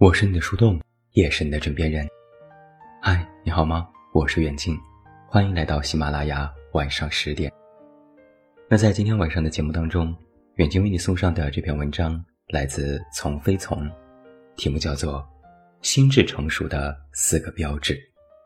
我是你的树洞，也是你的枕边人。嗨，你好吗？我是远近，欢迎来到喜马拉雅晚上10点。那在今天晚上的节目当中，远近为你送上的这篇文章来自从非从，题目叫做心智成熟的4个标志。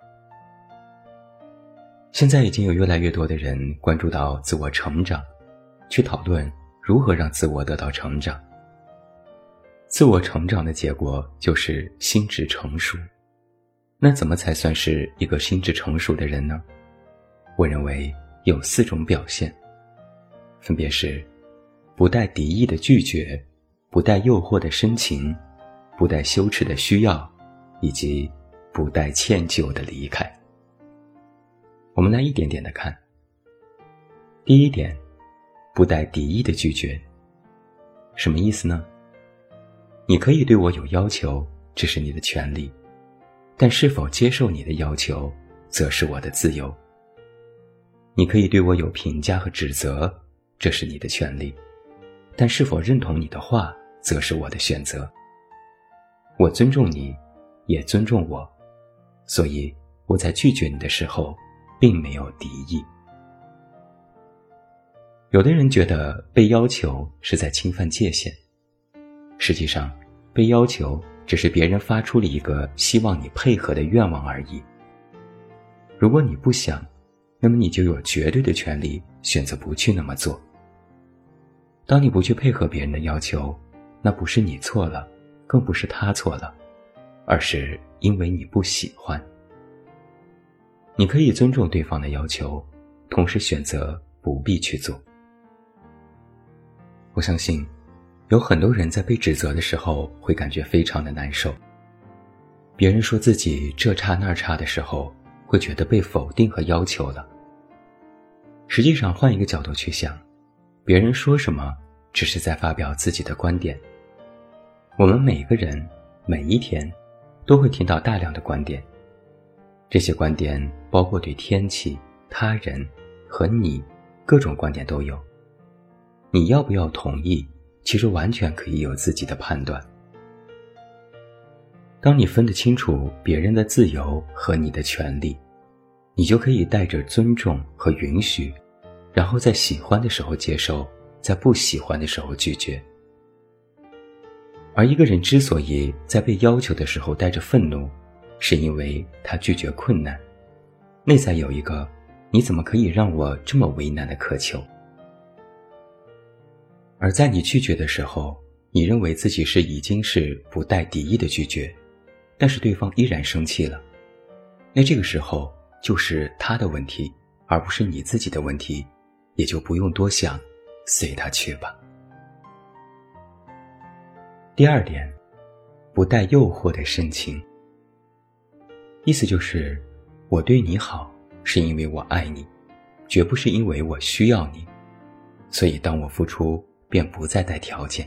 现在已经有越来越多的人关注到自我成长，去讨论如何让自我得到成长。自我成长的结果就是心智成熟。那怎么才算是一个心智成熟的人呢？我认为有4种表现，分别是不带敌意的拒绝，不带诱惑的深情，不带羞耻的需要，以及不带歉疚的离开。我们来一点点的看。第一点，不带敌意的拒绝。什么意思呢？你可以对我有要求，这是你的权利，但是否接受你的要求，则是我的自由。你可以对我有评价和指责，这是你的权利，但是否认同你的话，则是我的选择。我尊重你，也尊重我，所以我在拒绝你的时候，并没有敌意。有的人觉得被要求是在侵犯界限，实际上被要求只是别人发出了一个希望你配合的愿望而已。如果你不想，那么你就有绝对的权利选择不去那么做。当你不去配合别人的要求，那不是你错了，更不是他错了，而是因为你不喜欢。你可以尊重对方的要求，同时选择不必去做。我相信有很多人在被指责的时候会感觉非常的难受。别人说自己这差那差的时候，会觉得被否定和要求了。实际上换一个角度去想，别人说什么只是在发表自己的观点。我们每个人每一天都会听到大量的观点，这些观点包括对天气、他人和你各种观点都有。你要不要同意，其实完全可以有自己的判断。当你分得清楚别人的自由和你的权利，你就可以带着尊重和允许，然后在喜欢的时候接受，在不喜欢的时候拒绝。而一个人之所以在被要求的时候带着愤怒，是因为他拒绝困难，内在有一个你怎么可以让我这么为难的渴求。而在你拒绝的时候，你认为自己已经是不带敌意的拒绝，但是对方依然生气了，那这个时候就是他的问题，而不是你自己的问题，也就不用多想，随他去吧。第二点，不带诱惑的深情。意思就是我对你好是因为我爱你，绝不是因为我需要你，所以当我付出便不再带条件。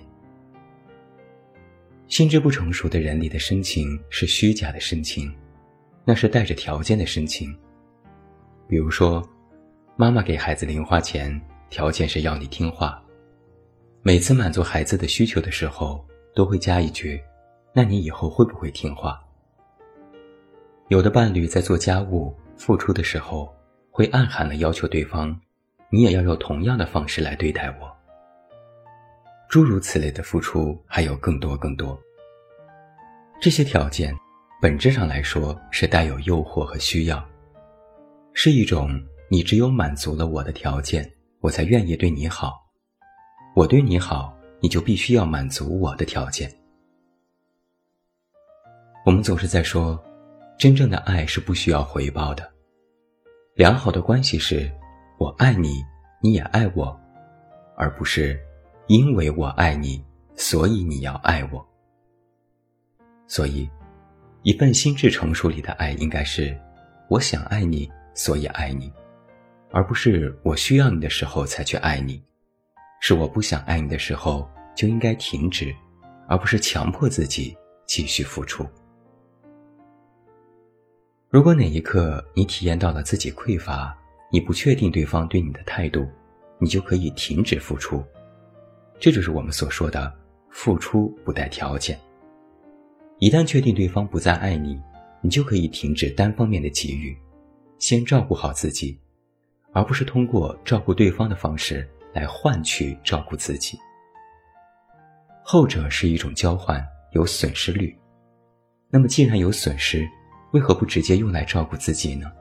心智不成熟的人里的深情是虚假的深情，那是带着条件的深情。比如说，妈妈给孩子零花钱，条件是要你听话。每次满足孩子的需求的时候，都会加一句，那你以后会不会听话？有的伴侣在做家务付出的时候，会暗含了要求对方，你也要用同样的方式来对待我。诸如此类的付出还有更多更多。这些条件本质上来说是带有诱惑和需要，是一种你只有满足了我的条件，我才愿意对你好，我对你好，你就必须要满足我的条件。我们总是在说，真正的爱是不需要回报的。良好的关系是我爱你，你也爱我，而不是因为我爱你，所以你要爱我。所以，一份心智成熟里的爱应该是我想爱你，所以爱你，而不是我需要你的时候才去爱你，是我不想爱你的时候就应该停止，而不是强迫自己继续付出。如果哪一刻你体验到了自己匮乏，你不确定对方对你的态度，你就可以停止付出。这就是我们所说的付出不带条件。 一旦确定对方不再爱你，你就可以停止单方面的给予，先照顾好自己，而不是通过照顾对方的方式来换取照顾自己。后者是一种交换，有损失率。那么既然有损失，为何不直接用来照顾自己呢？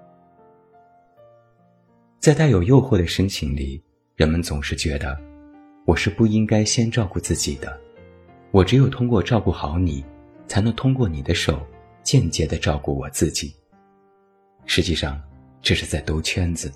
在带有诱惑的深情里，人们总是觉得，我是不应该先照顾自己的，我只有通过照顾好你，才能通过你的手间接地照顾我自己。实际上，这是在兜圈子。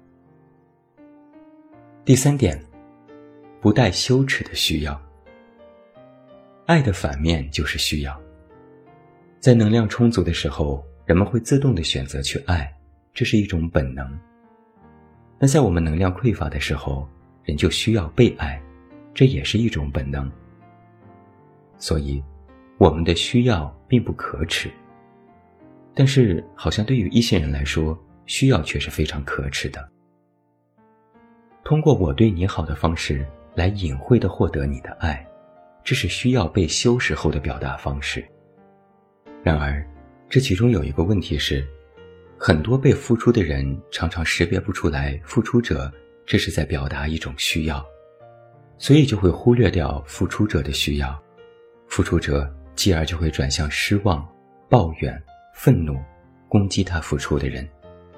第3点，不带羞耻的需要。爱的反面就是需要。在能量充足的时候，人们会自动地选择去爱，这是一种本能。那在我们能量匮乏的时候，人就需要被爱，这也是一种本能。所以，我们的需要并不可耻。但是，好像对于一些人来说，需要却是非常可耻的。通过我对你好的方式来隐晦地获得你的爱，这是需要被修饰后的表达方式。然而，这其中有一个问题是，很多被付出的人常常识别不出来付出者这是在表达一种需要，所以就会忽略掉付出者的需要，付出者继而就会转向失望、抱怨、愤怒，攻击他付出的人。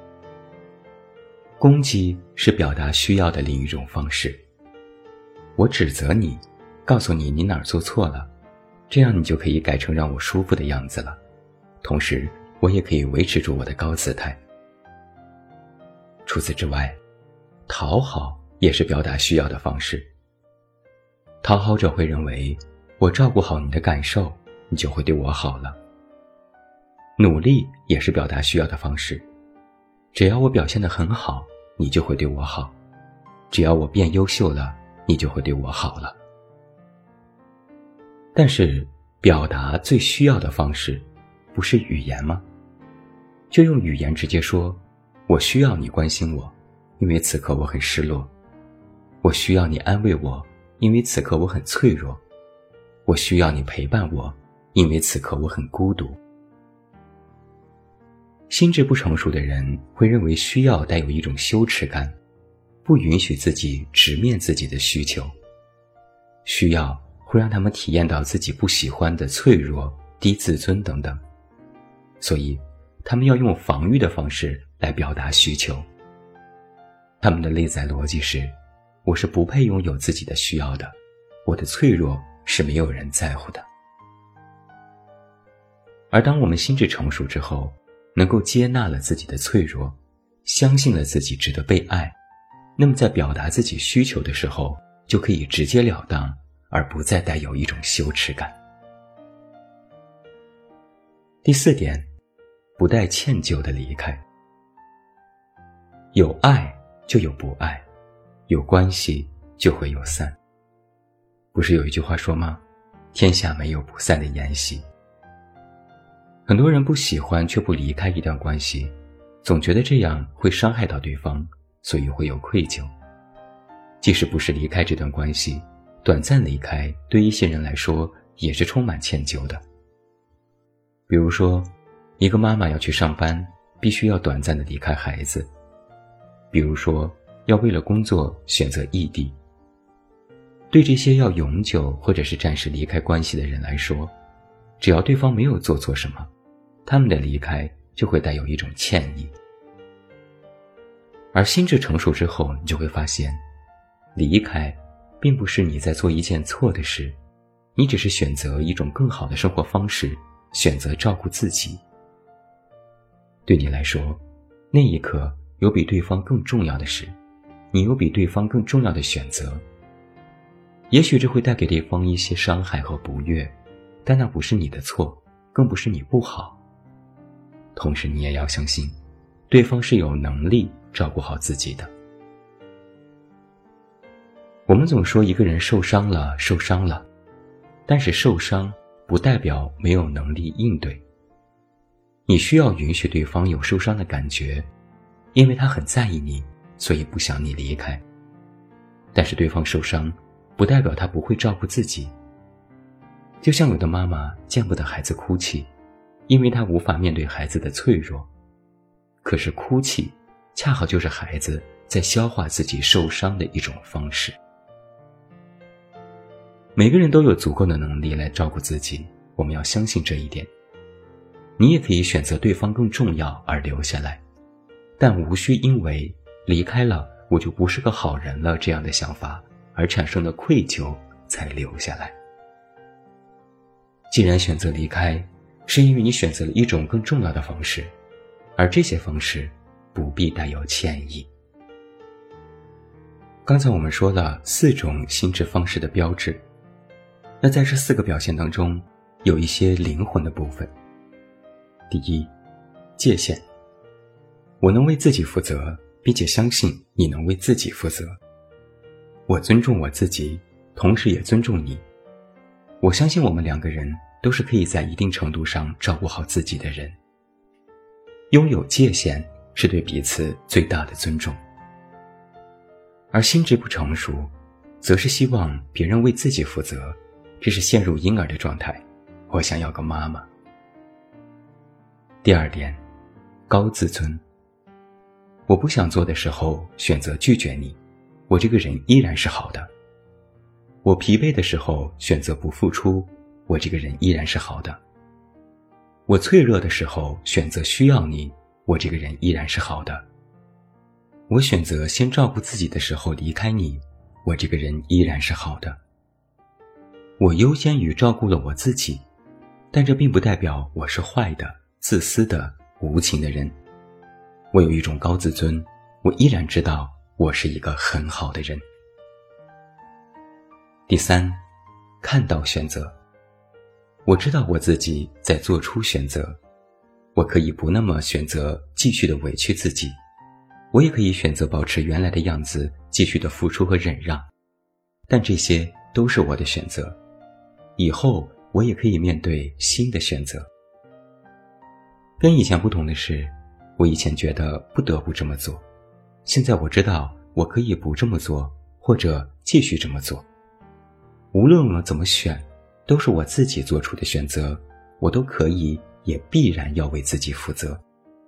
攻击是表达需要的另一种方式。我指责你，告诉你你哪儿做错了，这样你就可以改成让我舒服的样子了，同时我也可以维持住我的高姿态。除此之外，讨好也是表达需要的方式。讨好者会认为，我照顾好你的感受，你就会对我好了。努力也是表达需要的方式。只要我表现得很好，你就会对我好。只要我变优秀了，你就会对我好了。但是，表达最需要的方式，不是语言吗？就用语言直接说，我需要你关心我，因为此刻我很失落。我需要你安慰我，因为此刻我很脆弱。我需要你陪伴我，因为此刻我很孤独。心智不成熟的人会认为需要带有一种羞耻感，不允许自己直面自己的需求。需要会让他们体验到自己不喜欢的脆弱、低自尊等等，所以他们要用防御的方式来表达需求。他们的内在逻辑是，我是不配拥有自己的需要的，我的脆弱是没有人在乎的。而当我们心智成熟之后，能够接纳了自己的脆弱，相信了自己值得被爱，那么在表达自己需求的时候，就可以直截了当，而不再带有一种羞耻感。第4点，不带歉疚的离开。有爱就有不爱，有关系就会有散。不是有一句话说吗？天下没有不散的筵席。很多人不喜欢却不离开一段关系，总觉得这样会伤害到对方，所以会有愧疚。即使不是离开这段关系，短暂离开对一些人来说也是充满歉疚的。比如说，一个妈妈要去上班，必须要短暂的离开孩子；比如说，要为了工作选择异地。对这些要永久或者是暂时离开关系的人来说，只要对方没有做错什么，他们的离开就会带有一种歉意。而心智成熟之后，你就会发现，离开并不是你在做一件错的事，你只是选择一种更好的生活方式，选择照顾自己。对你来说，那一刻有比对方更重要的事，你有比对方更重要的选择。也许这会带给对方一些伤害和不悦，但那不是你的错，更不是你不好。同时你也要相信，对方是有能力照顾好自己的。我们总说一个人受伤了，但是受伤不代表没有能力应对。你需要允许对方有受伤的感觉，因为他很在意你，所以不想你离开。但是对方受伤，不代表他不会照顾自己。 就像有的妈妈见不得孩子哭泣，因为她无法面对孩子的脆弱。可是哭泣恰好就是孩子在消化自己受伤的一种方式。每个人都有足够的能力来照顾自己，我们要相信这一点。你也可以选择对方更重要而留下来，但无需因为离开了我就不是个好人了这样的想法而产生的愧疚才留下来。既然选择离开，是因为你选择了一种更重要的方式，而这些方式不必带有歉意。刚才我们说了4种心智方式的标志，那在这4个表现当中，有一些灵魂的部分。第一，界限。我能为自己负责，并且相信你能为自己负责。我尊重我自己，同时也尊重你。我相信我们2个人都是可以在一定程度上照顾好自己的人。拥有界限是对彼此最大的尊重。而心智不成熟，则是希望别人为自己负责，这是陷入婴儿的状态。我想要个妈妈。第2点，高自尊。我不想做的时候选择拒绝你，我这个人依然是好的。我疲惫的时候选择不付出，我这个人依然是好的。我脆弱的时候选择需要你，我这个人依然是好的。我选择先照顾自己的时候离开你，我这个人依然是好的。我优先于照顾了我自己，但这并不代表我是坏的、自私的、无情的人。我有一种高自尊，我依然知道我是一个很好的人。第3，看到选择。我知道我自己在做出选择，我可以不那么选择继续的委屈自己，我也可以选择保持原来的样子，继续的付出和忍让，但这些都是我的选择，以后我也可以面对新的选择。跟以前不同的是，我以前觉得不得不这么做，现在我知道我可以不这么做，或者继续这么做。无论我怎么选，都是我自己做出的选择，我都可以也必然要为自己负责。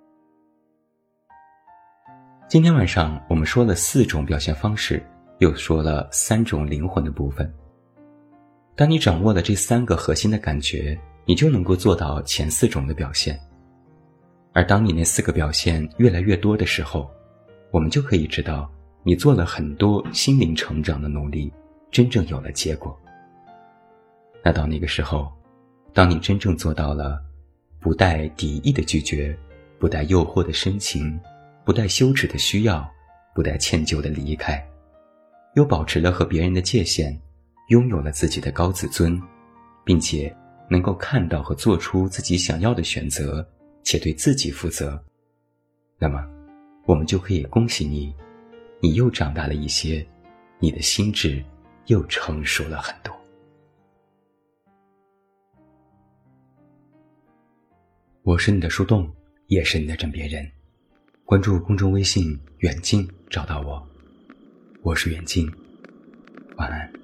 今天晚上我们说了4种表现方式，又说了3种灵魂的部分。当你掌握了这3个核心的感觉，你就能够做到前4种的表现。而当你那4个表现越来越多的时候，我们就可以知道你做了很多心灵成长的努力，真正有了结果。那到那个时候，当你真正做到了不带敌意的拒绝，不带诱惑的深情，不带羞耻的需要，不带歉疚的离开，又保持了和别人的界限，拥有了自己的高自尊，并且能够看到和做出自己想要的选择，且对自己负责，那么我们就可以恭喜你，你又长大了一些，你的心智又成熟了很多。我是你的树洞，也是你的枕边人。关注公众微信远近找到我，我是远近，晚安。